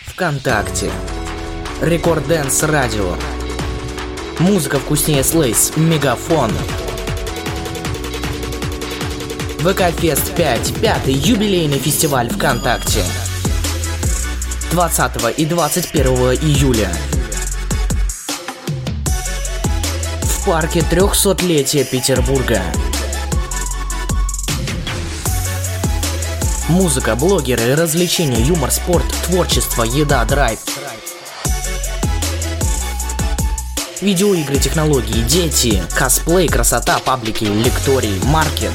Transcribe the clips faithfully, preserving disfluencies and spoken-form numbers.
ВКонтакте. Рекорд Дэнс Радио. Музыка вкуснее Слейс. Мегафон. ВК-фест пять. Пятый юбилейный фестиваль ВКонтакте. двадцатого и двадцать первого июля. В парке трехсотлетия Петербурга. Музыка, блогеры, развлечения, юмор, спорт, творчество, еда, драйв. Видеоигры, технологии, дети, косплей, красота, паблики, лекторий, маркет.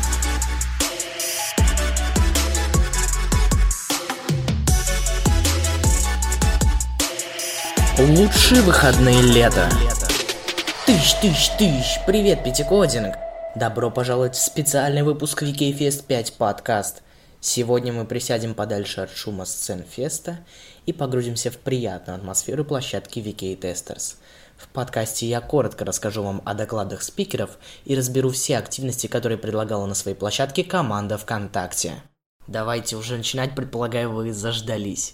Лучшие выходные лета. Тыщ, тыщ, тыщ. Привет, Пятикодинг. Добро пожаловать в специальный выпуск ви кей фест пять подкаст. Сегодня мы присядем подальше от шума сцен феста и погрузимся в приятную атмосферу площадки ви кей Testers. В подкасте я коротко расскажу вам о докладах спикеров и разберу все активности, которые предлагала на своей площадке команда ВКонтакте. Давайте уже начинать, предполагаю, вы заждались.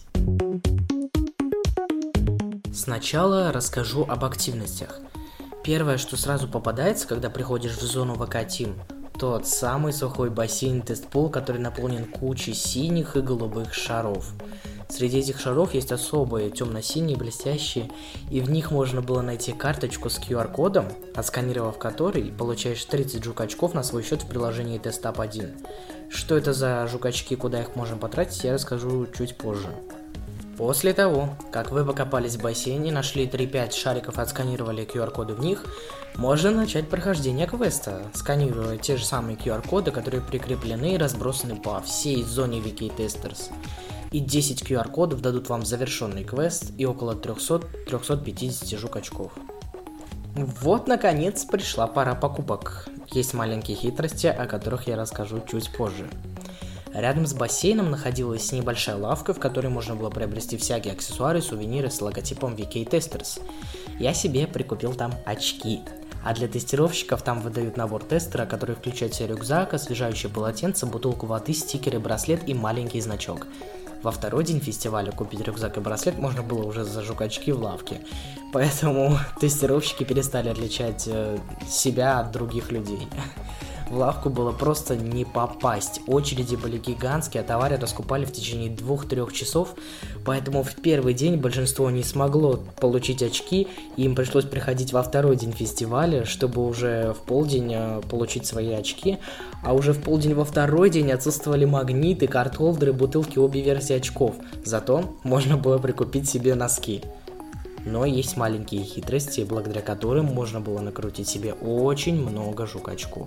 Сначала расскажу об активностях. Первое, что сразу попадается, когда приходишь в зону ви кей Team, тот самый сухой бассейн тестпул, который наполнен кучей синих и голубых шаров. Среди этих шаров есть особые, темно-синие, блестящие, и в них можно было найти карточку с ку ар-кодом, отсканировав который, получаешь тридцать жук-очков на свой счет в приложении TestUp один. Что это за жук-очки, куда их можно потратить, я расскажу чуть позже. После того, как вы покопались в бассейне, нашли три-пять шариков и отсканировали ку ар-коды в них, можно начать прохождение квеста, сканируя те же самые ку ар-коды, которые прикреплены и разбросаны по всей зоне ви кей Testers. И десять ку ар-кодов дадут вам завершенный квест и около триста-триста пятьдесят жук-очков. Вот, наконец, пришла пора покупок. Есть маленькие хитрости, о которых я расскажу чуть позже. Рядом с бассейном находилась небольшая лавка, в которой можно было приобрести всякие аксессуары и сувениры с логотипом ви кей Testers. Я себе прикупил там очки. А для тестировщиков там выдают набор тестера, который включает в себя рюкзак, освежающее полотенце, бутылку воды, стикеры, браслет и маленький значок. Во второй день фестиваля купить рюкзак и браслет можно было уже за жук-очки в лавке. Поэтому тестировщики перестали отличать э, себя от других людей. В лавку было просто не попасть. Очереди были гигантские, а товары раскупали в течение двух-трех часов, поэтому в первый день большинство не смогло получить очки, и им пришлось приходить во второй день фестиваля, чтобы уже в полдень получить свои очки, а уже в полдень во второй день отсутствовали магниты, карт-холдеры, бутылки, обе версии очков. Зато можно было прикупить себе носки. Но есть маленькие хитрости, благодаря которым можно было накрутить себе очень много жук-очков.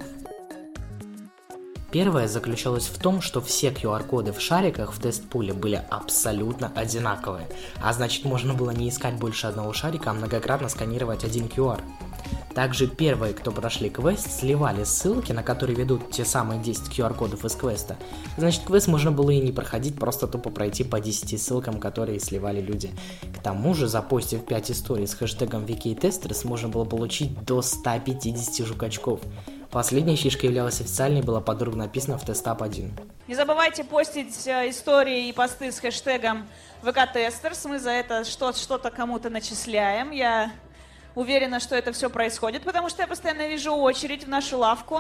Первое заключалось в том, что все ку ар-коды в шариках в тест-пуле были абсолютно одинаковые, а значит можно было не искать больше одного шарика, а многократно сканировать один ку ар. Также первые, кто прошли квест, сливали ссылки, на которые ведут те самые десять ку ар-кодов из квеста. Значит, квест можно было и не проходить, просто тупо пройти по десяти ссылкам, которые сливали люди. К тому же, запостив пять историй с хэштегом ви кей Testers, можно было получить до ста пятидесяти жук-очков. Последняя фишка являлась официальной и была подробно описана в TestUp один. Не забывайте постить э, истории и посты с хэштегом ви кей Testers. Мы за это что- что-то кому-то начисляем. Я уверена, что это все происходит, потому что я постоянно вижу очередь в нашу лавку.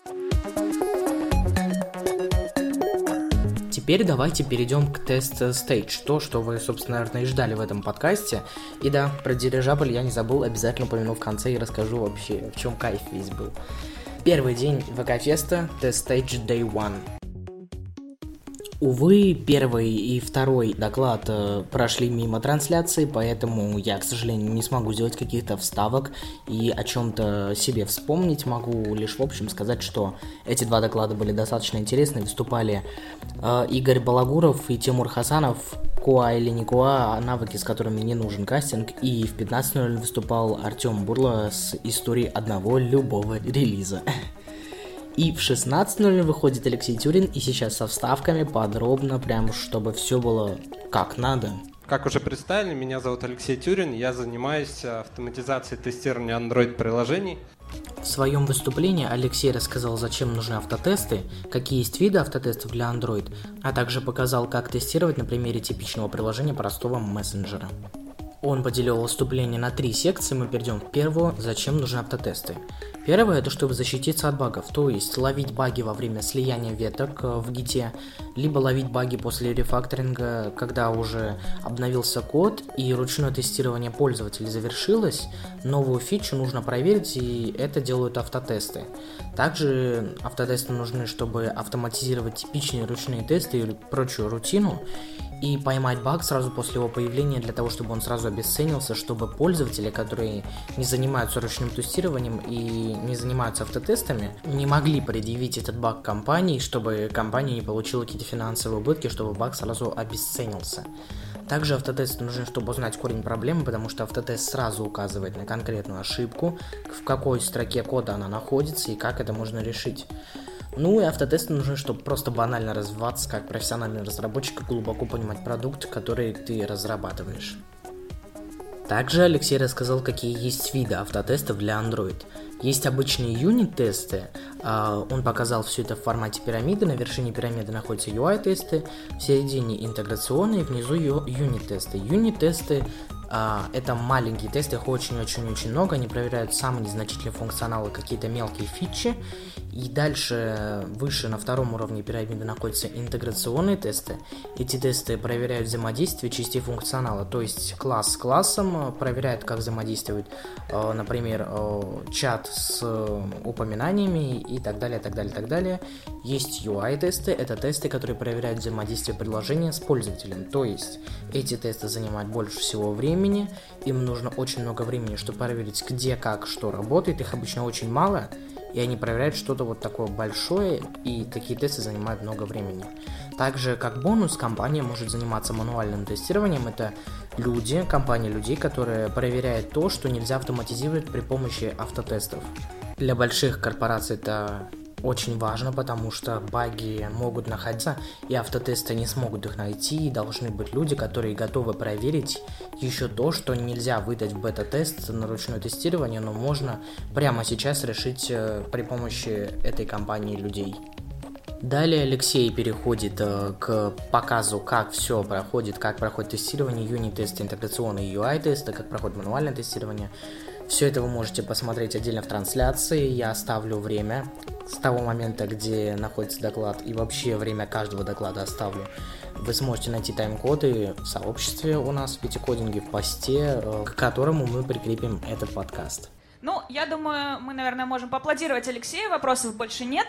Теперь давайте перейдем к тест-стейдж, то, что вы, собственно, наверное, и ждали в этом подкасте. И да, про дирижабль я не забыл, обязательно упомяну в конце и расскажу вообще, в чем кайф весь был. Первый день ви кей феста, тест-стейдж Day один. Увы, первый и второй доклад э, прошли мимо трансляции, поэтому я, к сожалению, не смогу сделать каких-то вставок и о чем-то себе вспомнить. Могу лишь, в общем, сказать, что эти два доклада были достаточно интересны. Выступали э, Игорь Балагуров и Тимур Хасанов, Куа или не Куа, навыки, с которыми не нужен кастинг. И в пятнадцать ноль ноль выступал Артем Бурло с историей одного любого релиза. И в шестнадцать ноль ноль выходит Алексей Тюрин, и сейчас со вставками подробно, прям чтобы все было как надо. Как уже представили, меня зовут Алексей Тюрин, я занимаюсь автоматизацией тестирования Android-приложений. В своем выступлении Алексей рассказал, зачем нужны автотесты, какие есть виды автотестов для Android, а также показал, как тестировать на примере типичного приложения простого мессенджера. Он поделил выступление на три секции, мы перейдем в первую, зачем нужны автотесты. Первое, это чтобы защититься от багов, то есть ловить баги во время слияния веток в гите, либо ловить баги после рефакторинга, когда уже обновился код и ручное тестирование пользователей завершилось, новую фичу нужно проверить, и это делают автотесты. Также автотесты нужны, чтобы автоматизировать типичные ручные тесты и прочую рутину, и поймать баг сразу после его появления для того, чтобы он сразу обесценился, чтобы пользователи, которые не занимаются ручным тестированием и не занимаются автотестами, не могли предъявить этот баг компании, чтобы компания не получила какие-то финансовые убытки, чтобы баг сразу обесценился. Также автотесты нужны, чтобы узнать корень проблемы, потому что автотест сразу указывает на конкретную ошибку, в какой строке кода она находится и как это можно решить. Ну и автотесты нужны, чтобы просто банально развиваться как профессиональный разработчик и глубоко понимать продукт, который ты разрабатываешь. Также Алексей рассказал, какие есть виды автотестов для Android. Есть обычные юнит-тесты, он показал все это в формате пирамиды, на вершине пирамиды находятся ю ай-тесты, в середине интеграционные, внизу юнит-тесты. Юнит-тесты это маленькие тесты, их очень-очень-очень много, они проверяют самые незначительные функционалы, какие-то мелкие фичи. И дальше, выше на втором уровне пирамиды находятся интеграционные тесты. Эти тесты проверяют взаимодействие частей функционала, то есть класс с классом проверяет, как взаимодействует, например, чат с упоминаниями и так далее, так далее, так далее. Есть ю ай-тесты, это тесты, которые проверяют взаимодействие приложения с пользователем, то есть эти тесты занимают больше всего времени, им нужно очень много времени, чтобы проверить, где, как, что работает, их обычно очень мало, и они проверяют что-то вот такое большое, и такие тесты занимают много времени. Также, как бонус, компания может заниматься мануальным тестированием. Это люди, компания людей, которые проверяют то, что нельзя автоматизировать при помощи автотестов. Для больших корпораций это очень важно, потому что баги могут находиться, и автотесты не смогут их найти, и должны быть люди, которые готовы проверить еще то, что нельзя выдать в бета-тест на ручное тестирование, но можно прямо сейчас решить при помощи этой компании людей. Далее Алексей переходит э, к показу, как все проходит, как проходит тестирование, юнит-тесты, интеграционные ю ай-тесты, как проходит мануальное тестирование. Все это вы можете посмотреть отдельно в трансляции, я оставлю время с того момента, где находится доклад, и вообще время каждого доклада оставлю. Вы сможете найти тайм-коды в сообществе у нас в Пятикодинге, в посте, к которому мы прикрепим этот подкаст. Ну, я думаю, мы, наверное, можем поаплодировать Алексею, вопросов больше нет.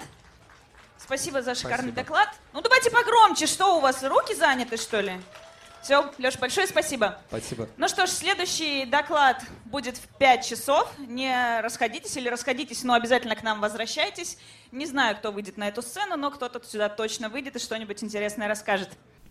Спасибо за шикарный Спасибо. доклад. Ну, давайте погромче, что у вас, руки заняты, что ли? Все, Леш, большое спасибо. Спасибо. Ну что ж, следующий доклад будет в пять часов. Не расходитесь или расходитесь, но обязательно к нам возвращайтесь. Не знаю, кто выйдет на эту сцену, но кто-то сюда точно выйдет и что-нибудь интересное расскажет.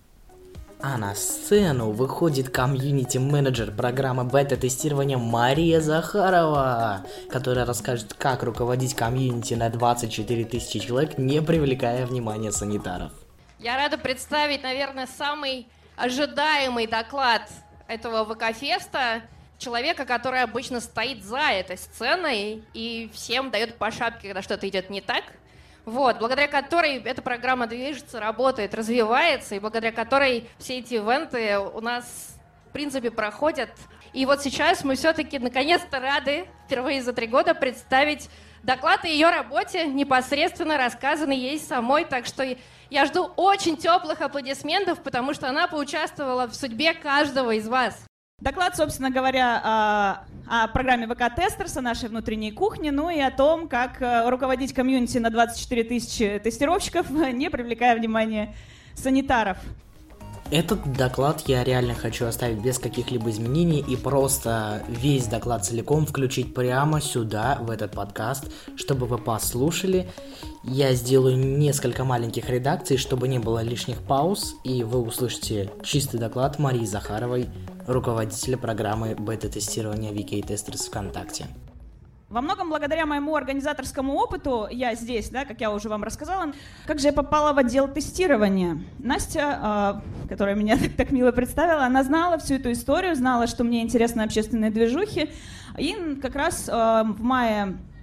А на сцену выходит комьюнити-менеджер программы бета-тестирования Мария Захарова, которая расскажет, как руководить комьюнити на двадцать четыре тысячи человек, не привлекая внимания санитаров. Я рада представить, наверное, самый ожидаемый доклад этого ВК-феста, человека, который обычно стоит за этой сценой и всем дает по шапке, когда что-то идет не так. Вот, благодаря которой эта программа движется, работает, развивается, и благодаря которой все эти ивенты у нас, в принципе, проходят. И вот сейчас мы все-таки наконец-то рады впервые за три года представить доклад о ее работе, непосредственно рассказанный ей самой, так что я жду очень теплых аплодисментов, потому что она поучаствовала в судьбе каждого из вас. Доклад, собственно говоря, о, о программе ВК-тестерс, о нашей внутренней кухне, ну и о том, как руководить комьюнити на двадцать четыре тысячи тестировщиков, не привлекая внимания санитаров. Этот доклад я реально хочу оставить без каких-либо изменений и просто весь доклад целиком включить прямо сюда, в этот подкаст, чтобы вы послушали. Я сделаю несколько маленьких редакций, чтобы не было лишних пауз, и вы услышите чистый доклад Марии Захаровой, руководителя программы бета-тестирования ви кей Testers ВКонтакте. Во многом благодаря моему организаторскому опыту, я здесь, да, как я уже вам рассказала, как же я попала в отдел тестирования. Настя, э, которая меня так, так мило представила, она знала всю эту историю, знала, что мне интересны общественные движухи, и как раз э, в мае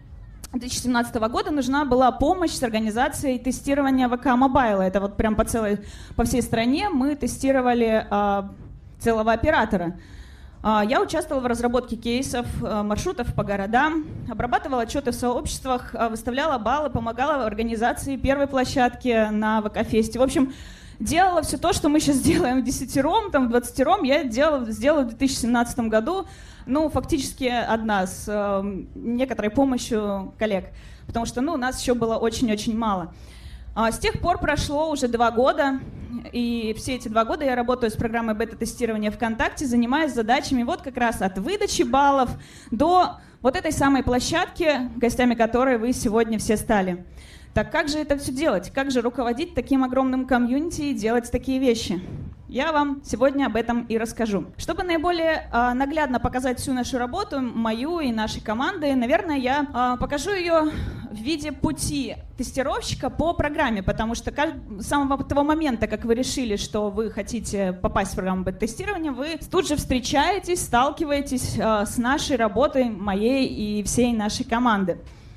две тысячи семнадцатого года нужна была помощь с организацией тестирования ВК Мобайла. Это вот прям по, целой, по всей стране мы тестировали а, целого оператора. А, я участвовала в разработке кейсов, а, маршрутов по городам, обрабатывала отчеты в сообществах, а, выставляла баллы, помогала в организации первой площадки на ВК-фесте. В общем, делала все то, что мы сейчас делаем в десятером, там, в двадцатером, я делала, сделала в две тысячи семнадцатом году, ну, фактически одна, с э, некоторой помощью коллег, потому что, ну, нас еще было очень-очень мало. А с тех пор прошло уже два года, и все эти два года я работаю с программой бета-тестирования ВКонтакте, занимаюсь задачами вот как раз от выдачи баллов до вот этой самой площадки, гостями которой вы сегодня все стали. Так как же это все делать? Как же руководить таким огромным комьюнити и делать такие вещи? Я вам сегодня об этом и расскажу. Чтобы наиболее э, наглядно показать всю нашу работу, мою и нашей команды, наверное, я э, покажу ее в виде пути тестировщика по программе, потому что как, с самого того момента, как вы решили, что вы хотите попасть в программу бета-тестирования, вы тут же встречаетесь, сталкиваетесь э, с нашей работой, моей и всей нашей команды.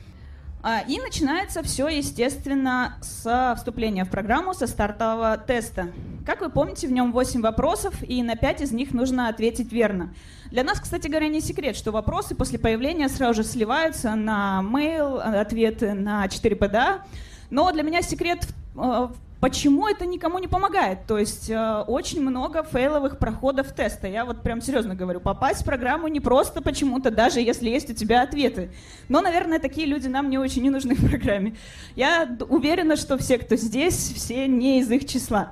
И начинается все, естественно, с вступления в программу, со стартового теста. Как вы помните, в нем восемь вопросов, и на пять из них нужно ответить верно. Для нас, кстати говоря, не секрет, что вопросы после появления сразу же сливаются на mail, ответы на четыре пэ дэ а. Но для меня секрет, почему это никому не помогает. То есть очень много фейловых проходов теста. Я вот прям серьезно говорю, попасть в программу не просто почему-то, даже если есть у тебя ответы. Но, наверное, такие люди нам не очень не нужны в программе. Я уверена, что все, кто здесь, все не из их числа.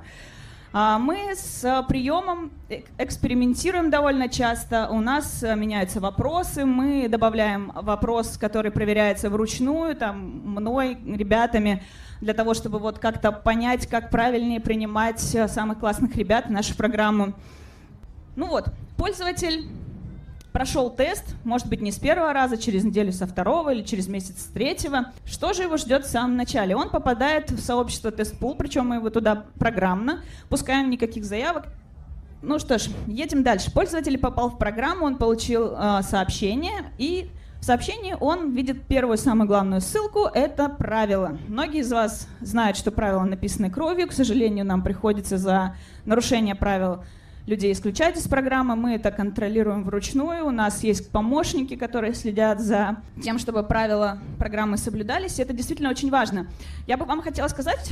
Мы с приемом экспериментируем довольно часто. У нас меняются вопросы, мы добавляем вопрос, который проверяется вручную, там, мной, ребятами, для того, чтобы вот как-то понять, как правильнее принимать самых классных ребят в нашу программу. Ну вот, пользователь прошел тест, может быть, не с первого раза, через неделю со второго или через месяц с третьего. Что же его ждет в самом начале? Он попадает в сообщество TestPool, причем мы его туда программно, пускаем никаких заявок. Ну что ж, едем дальше. Пользователь попал в программу, он получил э, сообщение, и в сообщении он видит первую самую главную ссылку – это правила. Многие из вас знают, что правила написаны кровью. К сожалению, нам приходится за нарушение правил людей исключать из программы. Мы это контролируем вручную. У нас есть помощники, которые следят за тем, чтобы правила программы соблюдались. И это действительно очень важно. Я бы вам хотела сказать,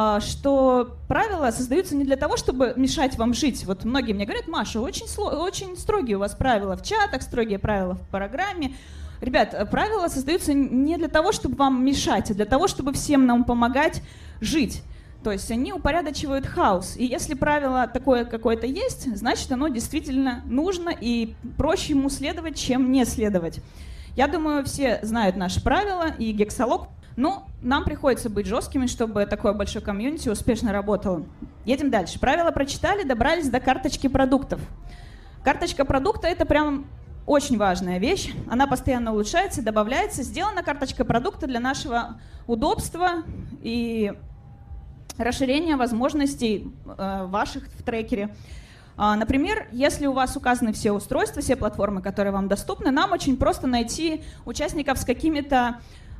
что правила создаются не для того, чтобы мешать вам жить. Вот многие мне говорят: Маша, очень, очень строгие у вас правила в чатах, строгие правила в программе. Ребят, правила создаются не для того, чтобы вам мешать, а для того, чтобы всем нам помогать жить. То есть они упорядочивают хаос. И если правило такое какое-то есть, значит, оно действительно нужно, и проще ему следовать, чем не следовать. Я думаю, все знают наши правила и гексалог, но нам приходится быть жесткими, чтобы такое большое комьюнити успешно работало. Едем дальше. Правила прочитали, добрались до карточки продуктов. Карточка продукта — это прям очень важная вещь. Она постоянно улучшается, добавляется. Сделана карточка продукта для нашего удобства и расширение возможностей э, ваших в трекере. А, например, если у вас указаны все устройства, все платформы, которые вам доступны, нам очень просто найти участников с какими-то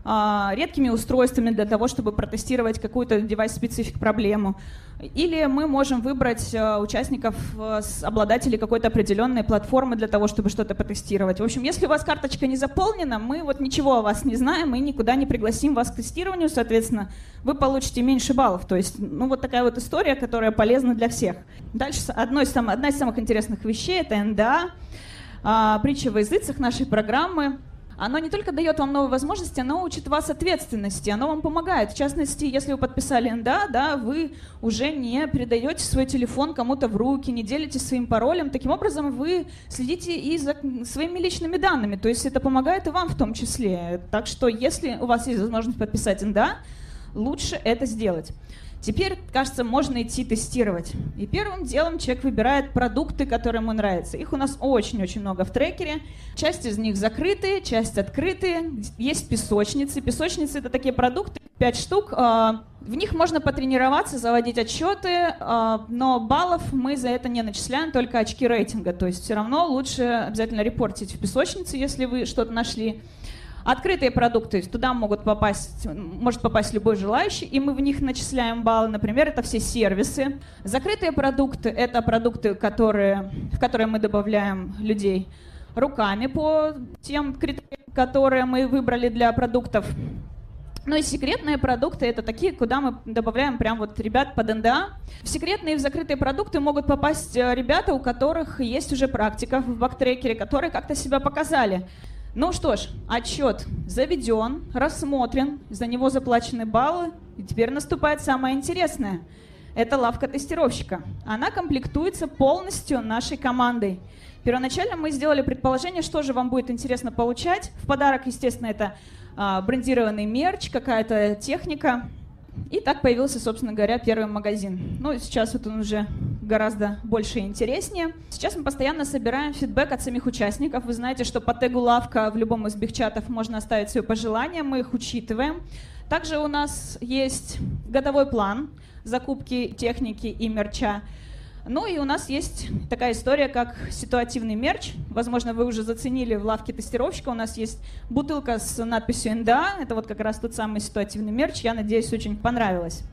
а, редкими устройствами для того, чтобы протестировать какую-то девайс-специфик проблему. Или мы можем выбрать а, участников, а, с обладателей какой-то определенной платформы для того, чтобы что-то потестировать. В общем, если у вас карточка не заполнена, мы вот ничего о вас не знаем и никуда не пригласим вас к тестированию, соответственно, вы получите меньше баллов. То есть, ну, вот такая вот история, которая полезна для всех. Дальше одно из самых, одна из самых интересных вещей — это эн дэ а, а, притча во языцах нашей программы. Оно не только дает вам новые возможности, оно учит вас ответственности, оно вам помогает. В частности, если вы подписали эн дэ а, да, вы уже не передаете свой телефон кому-то в руки, не делитесь своим паролем. Таким образом, вы следите и за своими личными данными. То есть это помогает и вам в том числе. Так что, если у вас есть возможность подписать эн дэ а, лучше это сделать. Теперь, кажется, можно идти тестировать. И первым делом человек выбирает продукты, которые ему нравятся. Их у нас очень-очень много в трекере. Часть из них закрытые, часть открытые. Есть песочницы. Песочницы — это такие продукты, пять штук. В них можно потренироваться, заводить отчеты, но баллов мы за это не начисляем, только очки рейтинга. То есть все равно лучше обязательно репортить в песочнице, если вы что-то нашли. Открытые продукты, туда могут попасть, может попасть любой желающий, и мы в них начисляем баллы. Например, это все сервисы. Закрытые продукты — это продукты, которые, в которые мы добавляем людей руками по тем критериям, которые мы выбрали для продуктов. Ну и секретные продукты — это такие, куда мы добавляем прям вот ребят под эн дэ а. В секретные и в закрытые продукты могут попасть ребята, у которых есть уже практика в бактрекере, которые как-то себя показали. Ну что ж, отчет заведен, рассмотрен, за него заплачены баллы, и теперь наступает самое интересное. Это лавка тестировщика. Она комплектуется полностью нашей командой. Первоначально мы сделали предположение, что же вам будет интересно получать. В подарок, естественно, это а, брендированный мерч, какая-то техника. И так появился, собственно говоря, первый магазин. Ну, сейчас вот он уже гораздо больше и интереснее. Сейчас мы постоянно собираем фидбэк от самих участников. Вы знаете, что по тегу «Лавка» в любом из биг-чатов можно оставить свои пожелания, мы их учитываем. Также у нас есть годовой план закупки техники и мерча. Ну и у нас есть такая история, как ситуативный мерч. Возможно, вы уже заценили в лавке тестировщика. У нас есть бутылка с надписью эн дэ а. Это вот как раз тот самый ситуативный мерч. Я надеюсь, очень понравилось.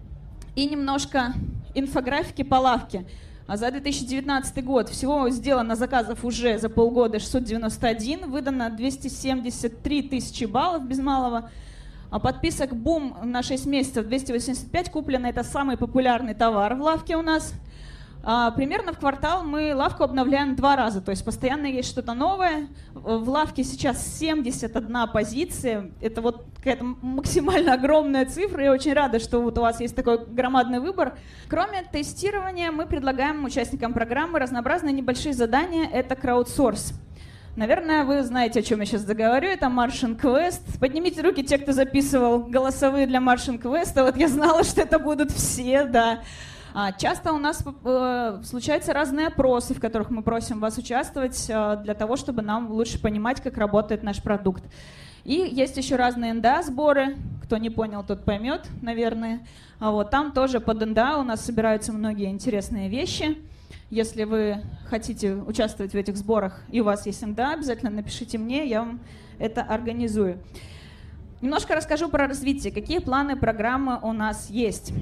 И немножко инфографики по лавке. За две тысячи девятнадцатый год всего сделано заказов уже за полгода шестьсот девяносто один. Выдано двести семьдесят три тысячи баллов без малого. А подписок бум на шесть месяцев двести восемьдесят пять куплено. Это самый популярный товар в лавке у нас. А, примерно в квартал мы лавку обновляем два раза, то есть постоянно есть что-то новое. В лавке сейчас семьдесят одна позиция, это вот какая-то максимально огромная цифра, я очень рада, что вот у вас есть такой громадный выбор. Кроме тестирования мы предлагаем участникам программы разнообразные небольшие задания, это краудсорс. Наверное, вы знаете, о чем я сейчас заговорю, это Martian Quest. Поднимите руки те, кто записывал голосовые для Martian Quest, вот я знала, что это будут все, да. А, часто у нас э, случаются разные опросы, в которых мы просим вас участвовать э, для того, чтобы нам лучше понимать, как работает наш продукт. И есть еще разные эн дэ а-сборы. Кто не понял, тот поймет, наверное. А вот там тоже под эн дэ а у нас собираются многие интересные вещи. Если вы хотите участвовать в этих сборах и у вас есть эн дэ а, обязательно напишите мне, я вам это организую. Немножко расскажу про развитие. Какие планы программы у нас есть?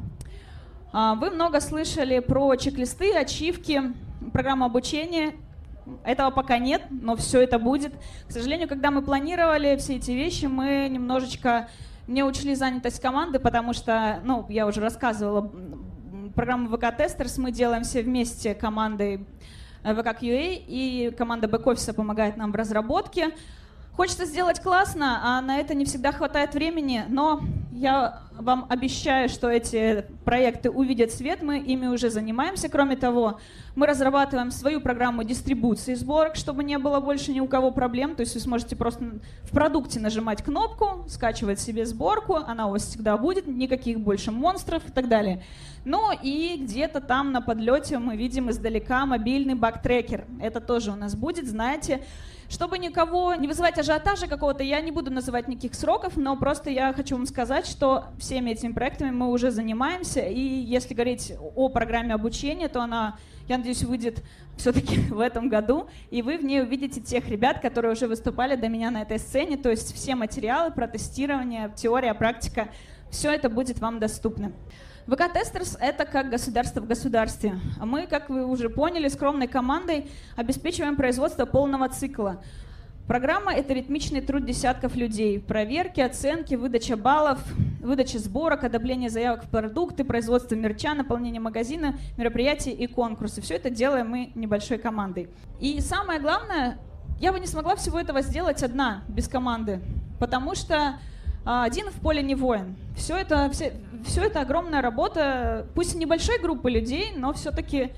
Вы много слышали про чек-листы, ачивки, программу обучения. Этого пока нет, но все это будет. К сожалению, когда мы планировали все эти вещи, мы немножечко не учли занятость команды, потому что, ну, я уже рассказывала, программу ви кей-Testers мы делаем все вместе командой ви кей кью эй, и команда бэк-офиса помогает нам в разработке. Хочется сделать классно, а на это не всегда хватает времени, но я вам обещаю, что эти проекты увидят свет, мы ими уже занимаемся. Кроме того, мы разрабатываем свою программу дистрибуции сборок, чтобы не было больше ни у кого проблем. То есть вы сможете просто в продукте нажимать кнопку, скачивать себе сборку, она у вас всегда будет, никаких больше монстров и так далее. Ну и где-то там на подлете мы видим издалека мобильный баг-трекер. Это тоже у нас будет, знаете. Чтобы никого не вызывать ажиотажа какого-то, я не буду называть никаких сроков, но просто я хочу вам сказать, что всеми этими проектами мы уже занимаемся, и если говорить о программе обучения, то она, я надеюсь, выйдет все-таки в этом году, и вы в ней увидите тех ребят, которые уже выступали до меня на этой сцене, то есть все материалы про тестирование, теория, практика, все это будет вам доступно. ви кей-Testers — это как государство в государстве. Мы, как вы уже поняли, скромной командой обеспечиваем производство полного цикла. Программа — это ритмичный труд десятков людей. Проверки, оценки, выдача баллов, выдача сборок, одобрение заявок в продукты, производство мерча, наполнение магазина, мероприятия и конкурсы. Все это делаем мы небольшой командой. И самое главное, я бы не смогла всего этого сделать одна, без команды, потому что один в поле не воин. Все это, все, все это огромная работа, пусть и небольшой группы людей, но все-таки,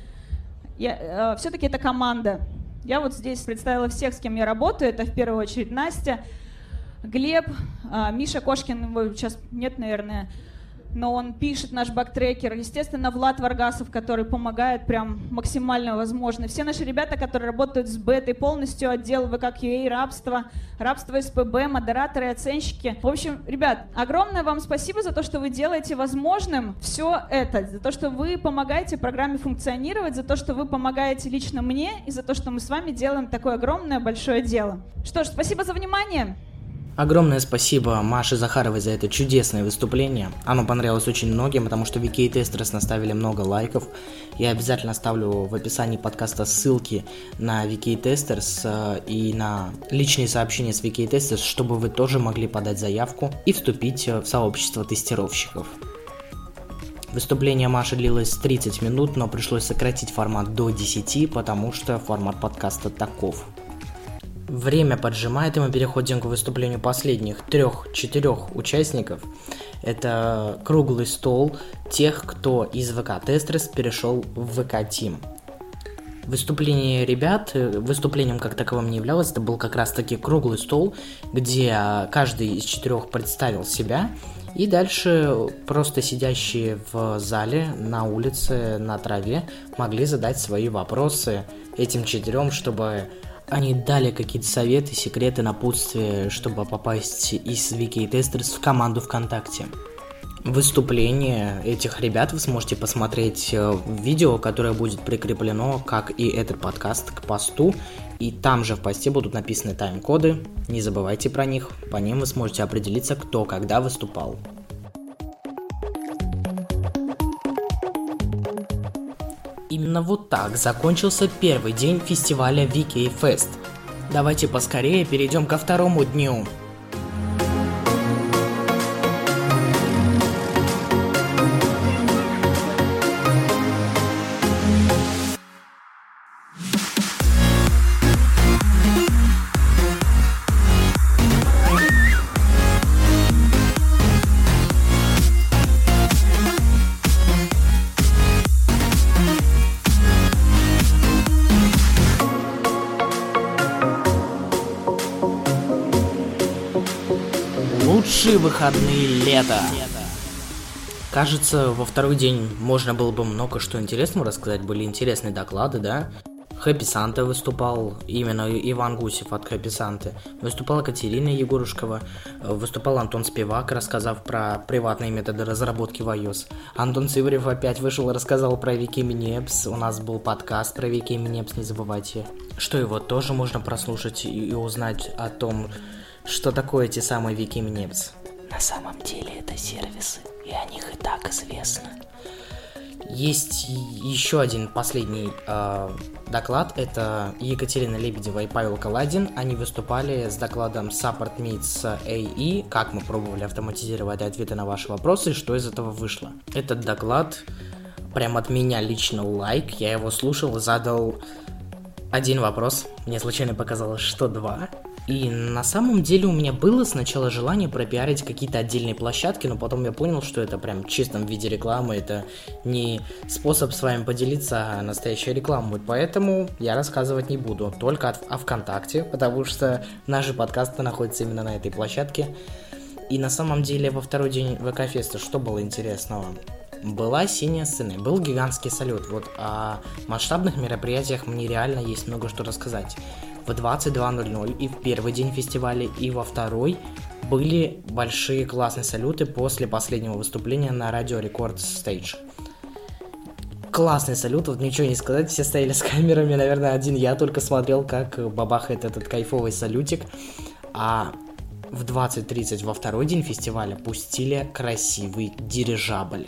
я, все-таки это команда. Я вот здесь представила всех, с кем я работаю. Это в первую очередь Настя, Глеб, Миша Кошкин, его сейчас нет, наверное, но он пишет наш баг-трекер. Естественно, Влад Варгасов, который помогает прям максимально возможно. Все наши ребята, которые работают с бетой, полностью отдел ви кей кью эй, рабство, рабство эс пэ бэ, модераторы, оценщики. В общем, ребят, огромное вам спасибо за то, что вы делаете возможным все это, за то, что вы помогаете программе функционировать, за то, что вы помогаете лично мне и за то, что мы с вами делаем такое огромное большое дело. Что ж, спасибо за внимание. Огромное спасибо Маше Захаровой за это чудесное выступление. Оно понравилось очень многим, потому что ви кей Testers наставили много лайков. Я обязательно оставлю в описании подкаста ссылки на ви кей Testers э, и на личные сообщения с ви кей Testers, чтобы вы тоже могли подать заявку и вступить в сообщество тестировщиков. Выступление Маши длилось тридцать минут, но пришлось сократить формат до десяти, потому что формат подкаста таков. Время поджимает, и мы переходим к выступлению последних трех-четырех участников. Это круглый стол тех, кто из ви кей Testers перешел в ви кей Team. Выступление ребят, выступлением как таковым не являлось, это был как раз таки круглый стол, где каждый из четырех представил себя, и дальше просто сидящие в зале, на улице, на траве могли задать свои вопросы этим четырем, чтобы они дали какие-то советы, секреты, напутствия, чтобы попасть из ви кей Testers в команду ВКонтакте. Выступление этих ребят вы сможете посмотреть в видео, которое будет прикреплено, как и этот подкаст, к посту. И там же в посте будут написаны тайм-коды. Не забывайте про них. По ним вы сможете определиться, кто когда выступал. Именно вот так закончился первый день фестиваля ви кей Fest. Давайте поскорее перейдем ко второму дню. Лучшие выходные лета. Кажется, во второй день можно было бы много что интересного рассказать. Были интересные доклады, да? Хэппи Санта выступал, именно Иван Гусев от Хэппи Санты. Выступала Катерина Егорушкова, выступал Антон Спивак, рассказав про приватные методы разработки в iOS. Антон Циварев опять вышел и рассказал про Wiki Mini Apps. У нас был подкаст про Wiki Mini Apps, не забывайте. Что его тоже можно прослушать и узнать о том, что такое эти самые Wiki Mini Apps. На самом деле это сервисы, и о них и так известно. Есть еще один последний э, доклад, это Екатерина Лебедева и Павел Каладин. Они выступали с докладом Support Meets эй и, как мы пробовали автоматизировать ответы на ваши вопросы, и что из этого вышло. Этот доклад прям от меня лично лайк, я его слушал и задал один вопрос, мне случайно показалось, что два. И на самом деле у меня было сначала желание пропиарить какие-то отдельные площадки, но потом я понял, что это прям в чистом виде рекламы, это не способ с вами поделиться, а настоящая реклама будет. Поэтому я рассказывать не буду, только о ВКонтакте, потому что наши подкасты находятся именно на этой площадке. И на самом деле во второй день ви кей Fest что было интересного? Была синяя сцена, был гигантский салют. Вот о масштабных мероприятиях мне реально есть много что рассказать. В двадцать два ноль ноль и в первый день фестиваля, и во второй были большие классные салюты после последнего выступления на радио Рекорд Стейдж. Классный салют, вот ничего не сказать, все стояли с камерами, наверное, один я только смотрел, как бабахает этот кайфовый салютик. А в двадцать тридцать во второй день фестиваля пустили красивый дирижабль.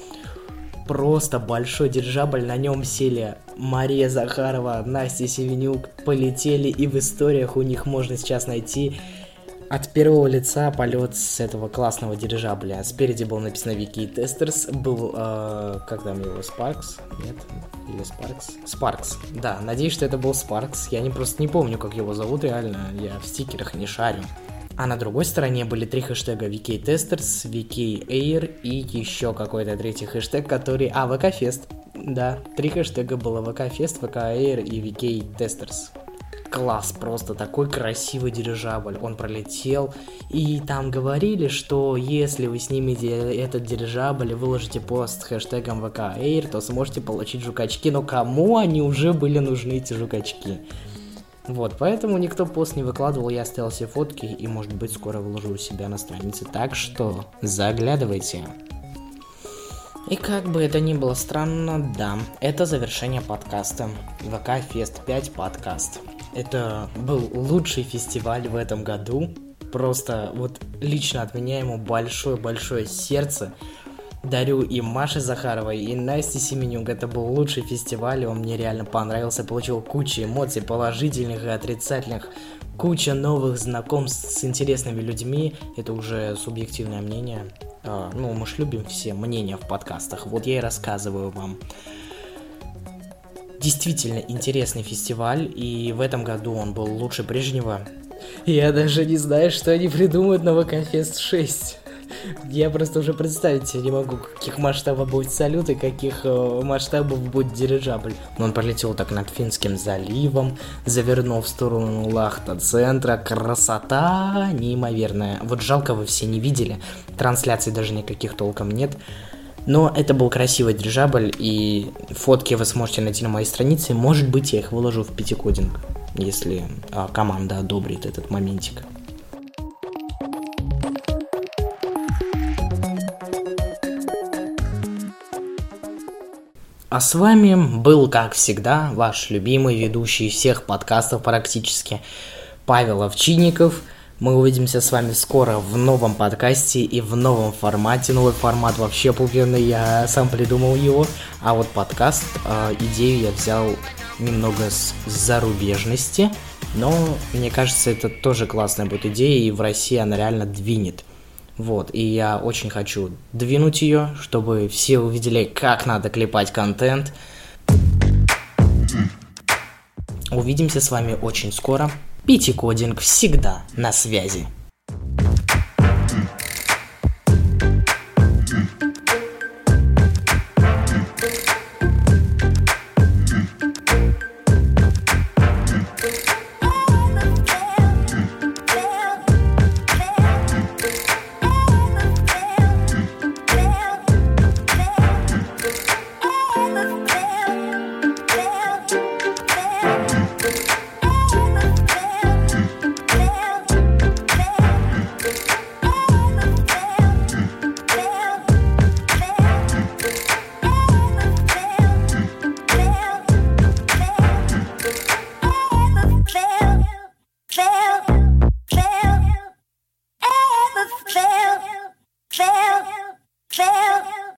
Просто большой дирижабль, на нем сели Мария Захарова, Настя Севенюк, полетели, и в историях у них можно сейчас найти от первого лица полет с этого классного дирижабля. Спереди было написано ви кей Testers, был, э, как там его, Sparks? Нет? Или Sparks? Sparks, да, надеюсь, что это был Sparks, я не, просто не помню, как его зовут, реально, я в стикерах не шарю. А на другой стороне были три хэштега ви кей Testers, ви кей Air и еще какой-то третий хэштег, который... А, ви кей Fest. Да, три хэштега было: ви кей Fest, ви кей Air и ви кей Testers. Класс, просто такой красивый дирижабль. Он пролетел, и там говорили, что если вы снимете этот дирижабль и выложите пост с хэштегом ви кей Air, то сможете получить жукачки. Но кому они уже были нужны, эти жукачки? Вот, поэтому никто пост не выкладывал, я оставил все фотки и, может быть, скоро выложу у себя на странице, так что заглядывайте. И как бы это ни было странно, да, это завершение подкаста ви кей Fest пять подкаст. Это был лучший фестиваль в этом году, просто вот лично от меня ему большое-большое сердце. Дарю и Маше Захаровой, и Насте Семенюк. Это был лучший фестиваль, и он мне реально понравился. Получил кучу эмоций, положительных и отрицательных. Куча новых знакомств с интересными людьми. Это уже субъективное мнение. А, ну, мы ж любим все мнения в подкастах. Вот я и рассказываю вам. Действительно интересный фестиваль, и в этом году он был лучше прежнего. Я даже не знаю, что они придумают на ВК-фест шесть. Я просто уже представить себе не могу, каких масштабов будет салют и каких э, масштабов будет дирижабль. Но он пролетел так над Финским заливом, завернул в сторону Лахта-центра. Красота неимоверная. Вот жалко, вы все не видели. Трансляций даже никаких толком нет. Но это был красивый дирижабль, и фотки вы сможете найти на моей странице. Может быть, я их выложу в пятикодинг, если э, команда одобрит этот моментик. А с вами был, как всегда, ваш любимый ведущий всех подкастов практически, Павел Овчинников. Мы увидимся с вами скоро в новом подкасте и в новом формате. Новый формат вообще пупенный, я сам придумал его. А вот подкаст, э, идею я взял немного с зарубежности. Но мне кажется, это тоже классная будет идея, и в России она реально двинет. Вот, и я очень хочу двинуть ее, чтобы все увидели, как надо клепать контент. Увидимся с вами очень скоро. Пятикодинг всегда на связи.